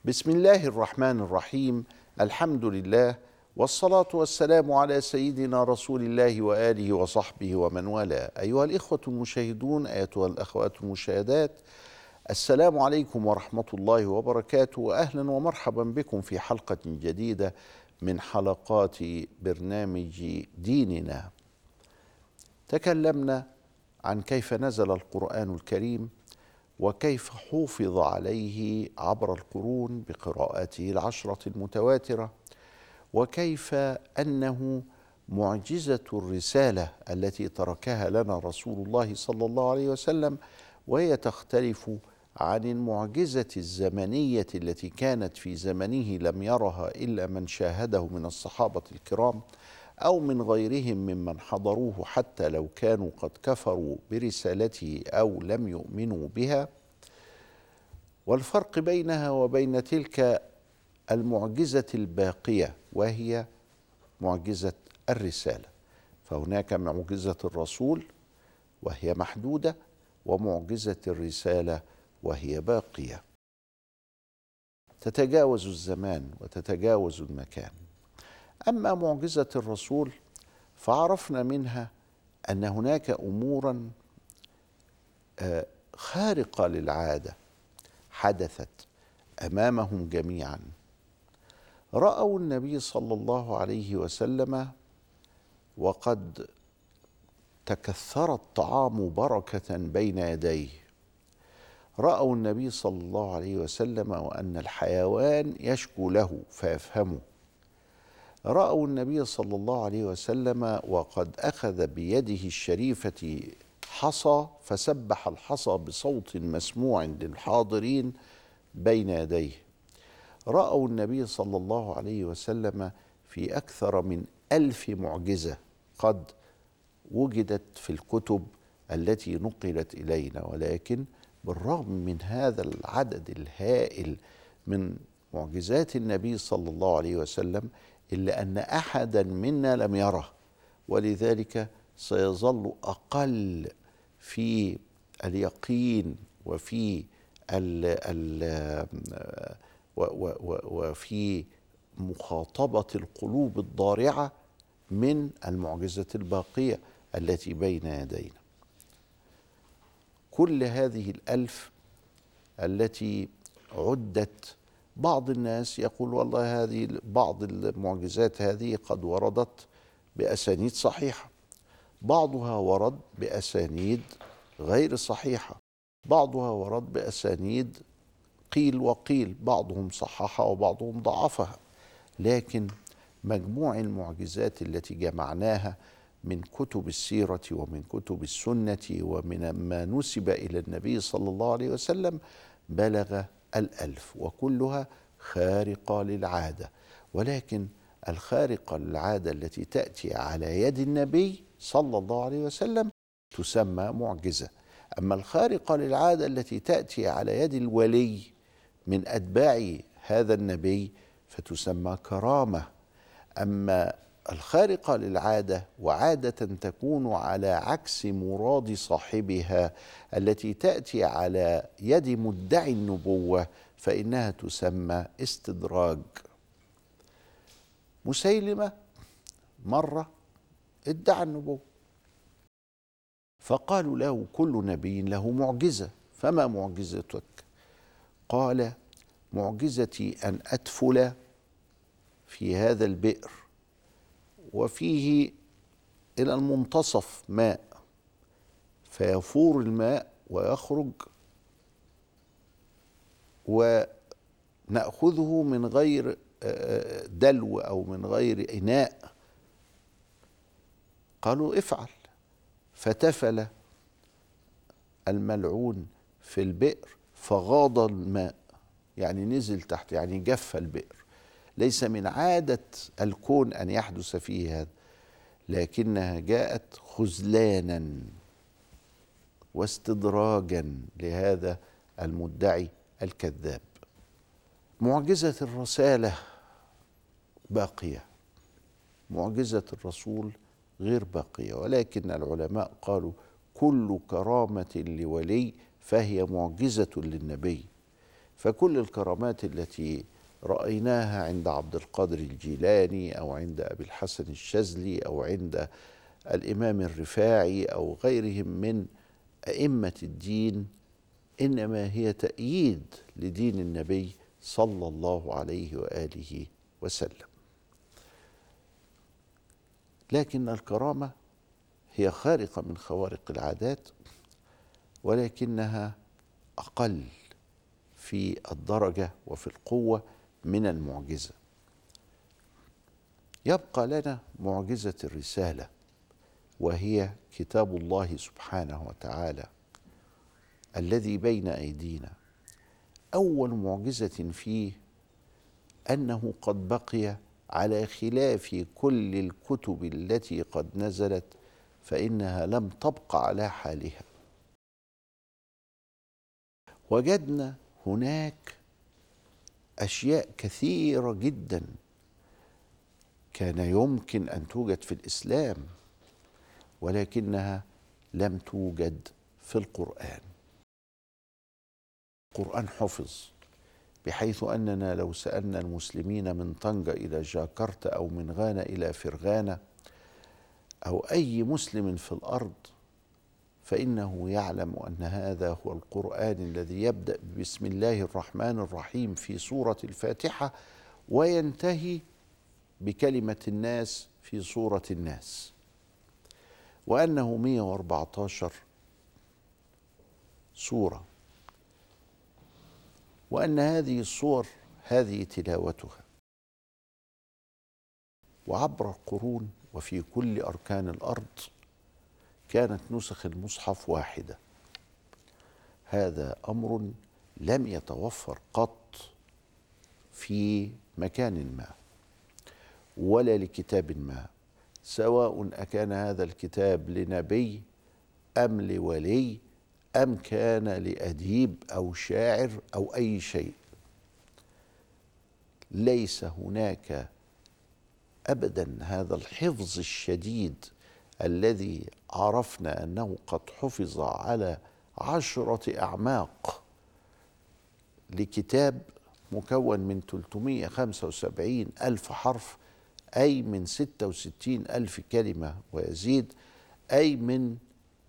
بسم الله الرحمن الرحيم. الحمد لله والصلاة والسلام على سيدنا رسول الله وآله وصحبه ومن والاه. أيها الإخوة المشاهدون، أيتها الأخوات المشاهدات، السلام عليكم ورحمة الله وبركاته، وأهلا ومرحبا بكم في حلقة جديدة من حلقات برنامج ديننا. تكلمنا عن كيف نزل القرآن الكريم وكيف حوفظ عليه عبر القرون بقراءاته العشرة المتواترة، وكيف أنه معجزة الرسالة التي تركها لنا رسول الله صلى الله عليه وسلم، وهي تختلف عن المعجزة الزمنية التي كانت في زمنه لم يرها إلا من شاهده من الصحابة الكرام أو من غيرهم ممن حضروه حتى لو كانوا قد كفروا برسالته أو لم يؤمنوا بها. والفرق بينها وبين تلك المعجزة الباقية وهي معجزة الرسالة، فهناك معجزة الرسول وهي محدودة، ومعجزة الرسالة وهي باقية تتجاوز الزمان وتتجاوز المكان. أما معجزة الرسول فعرفنا منها أن هناك أمورا خارقة للعادة حدثت أمامهم جميعا. رأوا النبي صلى الله عليه وسلم وقد تكثر الطعام بركة بين يديه، رأوا النبي صلى الله عليه وسلم وأن الحيوان يشكو له فيفهمه، رأوا النبي صلى الله عليه وسلم وقد أخذ بيده الشريفة حصى فسبح الحصى بصوت مسموع للحاضرين بين يديه، رأوا النبي صلى الله عليه وسلم في أكثر من 1000 معجزة قد وجدت في الكتب التي نقلت إلينا، ولكن بالرغم من هذا العدد الهائل من معجزات النبي صلى الله عليه وسلم إلا أن أحدا منا لم يره، ولذلك سيظل أقل في اليقين وفي وفي مخاطبة القلوب الضارعة من المعجزة الباقية التي بين يدينا. كل هذه 1000 التي عدت، بعض الناس يقول والله هذه بعض المعجزات هذه قد وردت بأسانيد صحيحة، بعضها ورد بأسانيد غير صحيحة، بعضها ورد بأسانيد قيل وقيل، بعضهم صححها وبعضهم ضعفها، لكن مجموع المعجزات التي جمعناها من كتب السيرة ومن كتب السنة ومن ما نسب إلى النبي صلى الله عليه وسلم بلغ 1000، وكلها خارقة للعادة. ولكن الخارقة للعادة التي تأتي على يد النبي صلى الله عليه وسلم تسمى معجزة، أما الخارقة للعادة التي تأتي على يد الولي من أتباع هذا النبي فتسمى كرامة. أما الخارقة للعادة وعادة تكون على عكس مراد صاحبها التي تأتي على يد مدعي النبوة فإنها تسمى استدراج. مسيلمة مرة ادعى النبوة، فقالوا له كل نبي له معجزة، فما معجزتك؟ قال معجزتي أن أدفل في هذا البئر وفيه إلى المنتصف ماء، فيفور الماء ويخرج ونأخذه من غير دلو أو من غير إناء. قالوا افعل، فتفل الملعون في البئر فغاض الماء، يعني نزل تحت، يعني جف البئر. ليس من عادة الكون أن يحدث فيه هذا، لكنها جاءت خذلانا واستدراجا لهذا المدعي الكذاب. معجزة الرسالة باقية، معجزة الرسول غير باقية، ولكن العلماء قالوا كل كرامة لولي فهي معجزة للنبي، فكل الكرامات التي رأيناها عند عبد القادر الجيلاني أو عند أبي الحسن الشاذلي أو عند الإمام الرفاعي أو غيرهم من أئمة الدين إنما هي تأييد لدين النبي صلى الله عليه وآله وسلم. لكن الكرامة هي خارقة من خوارق العادات، ولكنها أقل في الدرجة وفي القوة من المعجزة. يبقى لنا معجزة الرسالة، وهي كتاب الله سبحانه وتعالى الذي بين أيدينا. أول معجزة فيه أنه قد بقي على خلاف كل الكتب التي قد نزلت، فإنها لم تبق على حالها. وجدنا هناك أشياء كثيرة جدا كان يمكن أن توجد في الإسلام ولكنها لم توجد في القرآن. القرآن حفظ بحيث أننا لو سألنا المسلمين من طنجة إلى جاكرتا أو من غانا إلى فرغانة أو أي مسلم في الأرض فإنه يعلم أن هذا هو القرآن الذي يبدأ بسم الله الرحمن الرحيم في سورة الفاتحة وينتهي بكلمة الناس في سورة الناس، وأنه 114 سورة، وأن هذه الصور هذه تلاوتها. وعبر القرون وفي كل أركان الأرض كانت نسخ المصحف واحدة. هذا أمر لم يتوفر قط في مكان ما ولا لكتاب ما، سواء أكان هذا الكتاب لنبي أم لولي أم كان لأديب أو شاعر أو أي شيء. ليس هناك أبدا هذا الحفظ الشديد الذي عرفنا أنه قد حفظ على 10 أعماق لكتاب مكون من 375 ألف حرف، أي من 66 ألف كلمة ويزيد، أي من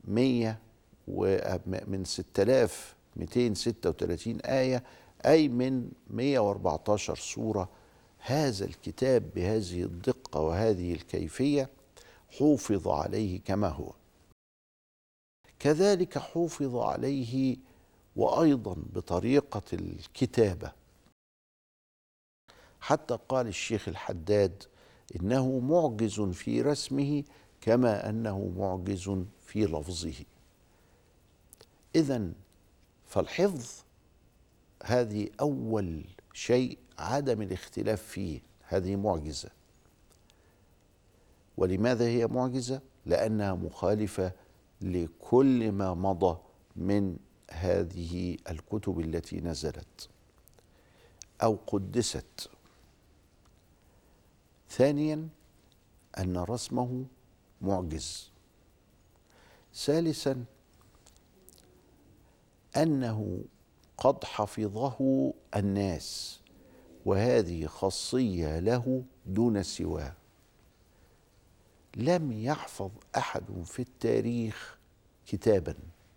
6236 آية، أي من 114 سورة. هذا الكتاب بهذه الدقة وهذه الكيفية حوفظ عليه كما هو. كذلك حوفظ عليه وأيضا بطريقة الكتابة، حتى قال الشيخ الحداد إنه معجز في رسمه كما أنه معجز في لفظه. إذن فالحفظ هذه أول شيء عدم الاختلاف فيه، هذه معجزة. ولماذا هي معجزة؟ لأنها مخالفة لكل ما مضى من هذه الكتب التي نزلت أو قدست. ثانيا أن رسمه معجز. ثالثا أنه قد حفظه الناس، وهذه خاصية له دون سواه. لم يحفظ أحد في التاريخ كتابا،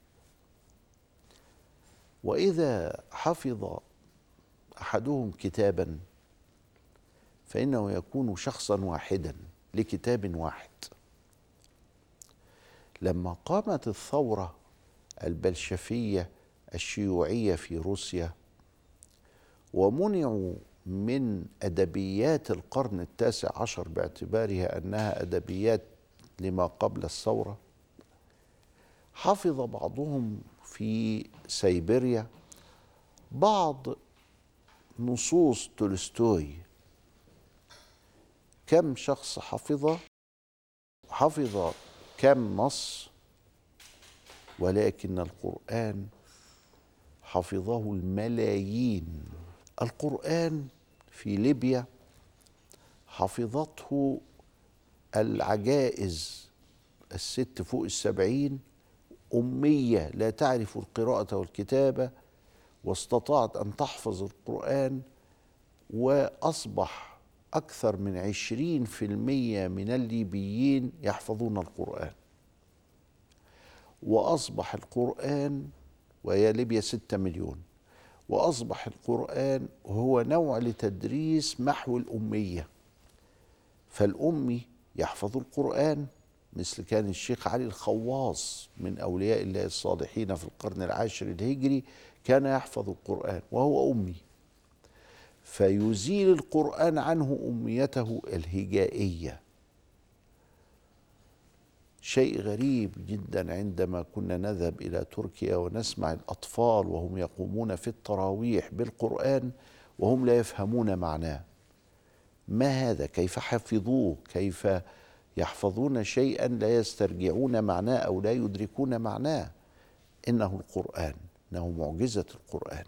وإذا حفظ أحدهم كتابا فإنه يكون شخصا واحدا لكتاب واحد. لما قامت الثورة البلشفية الشيوعية في روسيا ومنعوا من أدبيات القرن ال19 باعتبارها أنها أدبيات لما قبل الثورة، حفظ بعضهم في سيبيريا بعض نصوص تولستوي. كم شخص حفظ كم نص، ولكن القرآن حفظه الملايين. القرآن في ليبيا حفظته العجائز، الست فوق 70 أمية لا تعرف القراءة والكتابة، واستطاعت أن تحفظ القرآن، وأصبح أكثر من 20% من الليبيين يحفظون القرآن. وأصبح القرآن، وهي ليبيا 6 مليون، وأصبح القرآن هو نوع لتدريس محو الأمية. فالأمي يحفظ القرآن، مثل كان الشيخ علي الخواص من أولياء الله الصالحين في القرن العاشر الهجري، كان يحفظ القرآن وهو أمي، فيزيل القرآن عنه أميته الهجائية. شيء غريب جدا عندما كنا نذهب إلى تركيا ونسمع الأطفال وهم يقومون في التراويح بالقرآن وهم لا يفهمون معناه. ما هذا؟ كيف حفظوه؟ كيف يحفظون شيئا لا يسترجعون معناه أو لا يدركون معناه؟ إنه القرآن، إنه معجزة القرآن.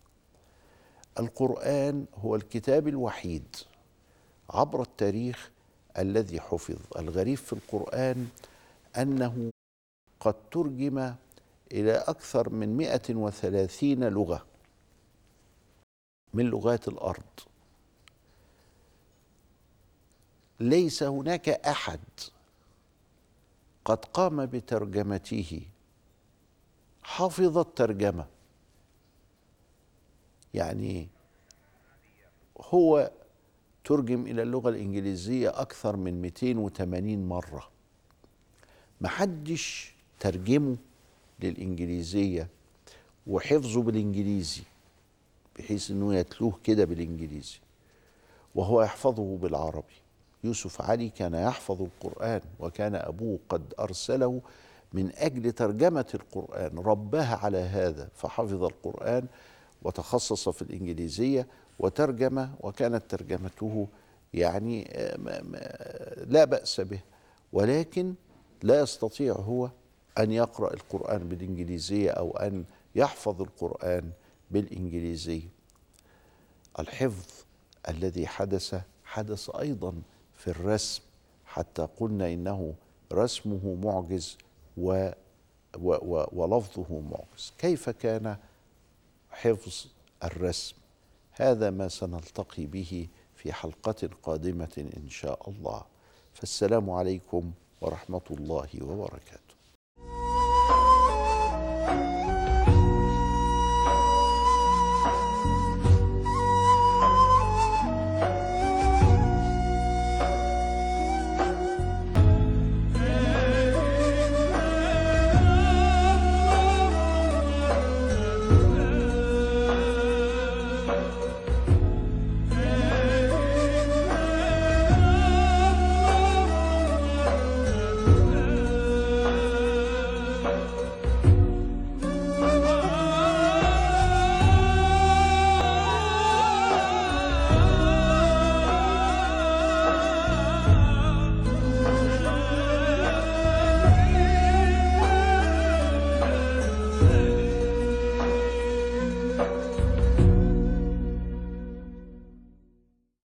القرآن هو الكتاب الوحيد عبر التاريخ الذي حفظ. الغريب في القرآن أنه قد ترجم إلى أكثر من 130 لغة من لغات الأرض. ليس هناك أحد قد قام بترجمته حفظ الترجمة. يعني هو ترجم إلى اللغة الإنجليزية أكثر من 280 مرة، محدش ترجمه للإنجليزية وحفظه بالإنجليزي بحيث أنه يتلوه كده بالإنجليزي وهو يحفظه بالعربي. يوسف علي كان يحفظ القرآن، وكان أبوه قد أرسله من أجل ترجمة القرآن، رباه على هذا فحفظ القرآن وتخصص في الإنجليزية وترجم، وكانت ترجمته يعني لا بأس به، ولكن لا يستطيع هو أن يقرأ القرآن بالإنجليزية أو أن يحفظ القرآن بالإنجليزية. الحفظ الذي حدث أيضا في الرسم، حتى قلنا إنه رسمه معجز ولفظه معجز. كيف كان حفظ الرسم؟ هذا ما سنلتقي به في حلقة قادمة إن شاء الله. فالسلام عليكم ورحمة الله وبركاته.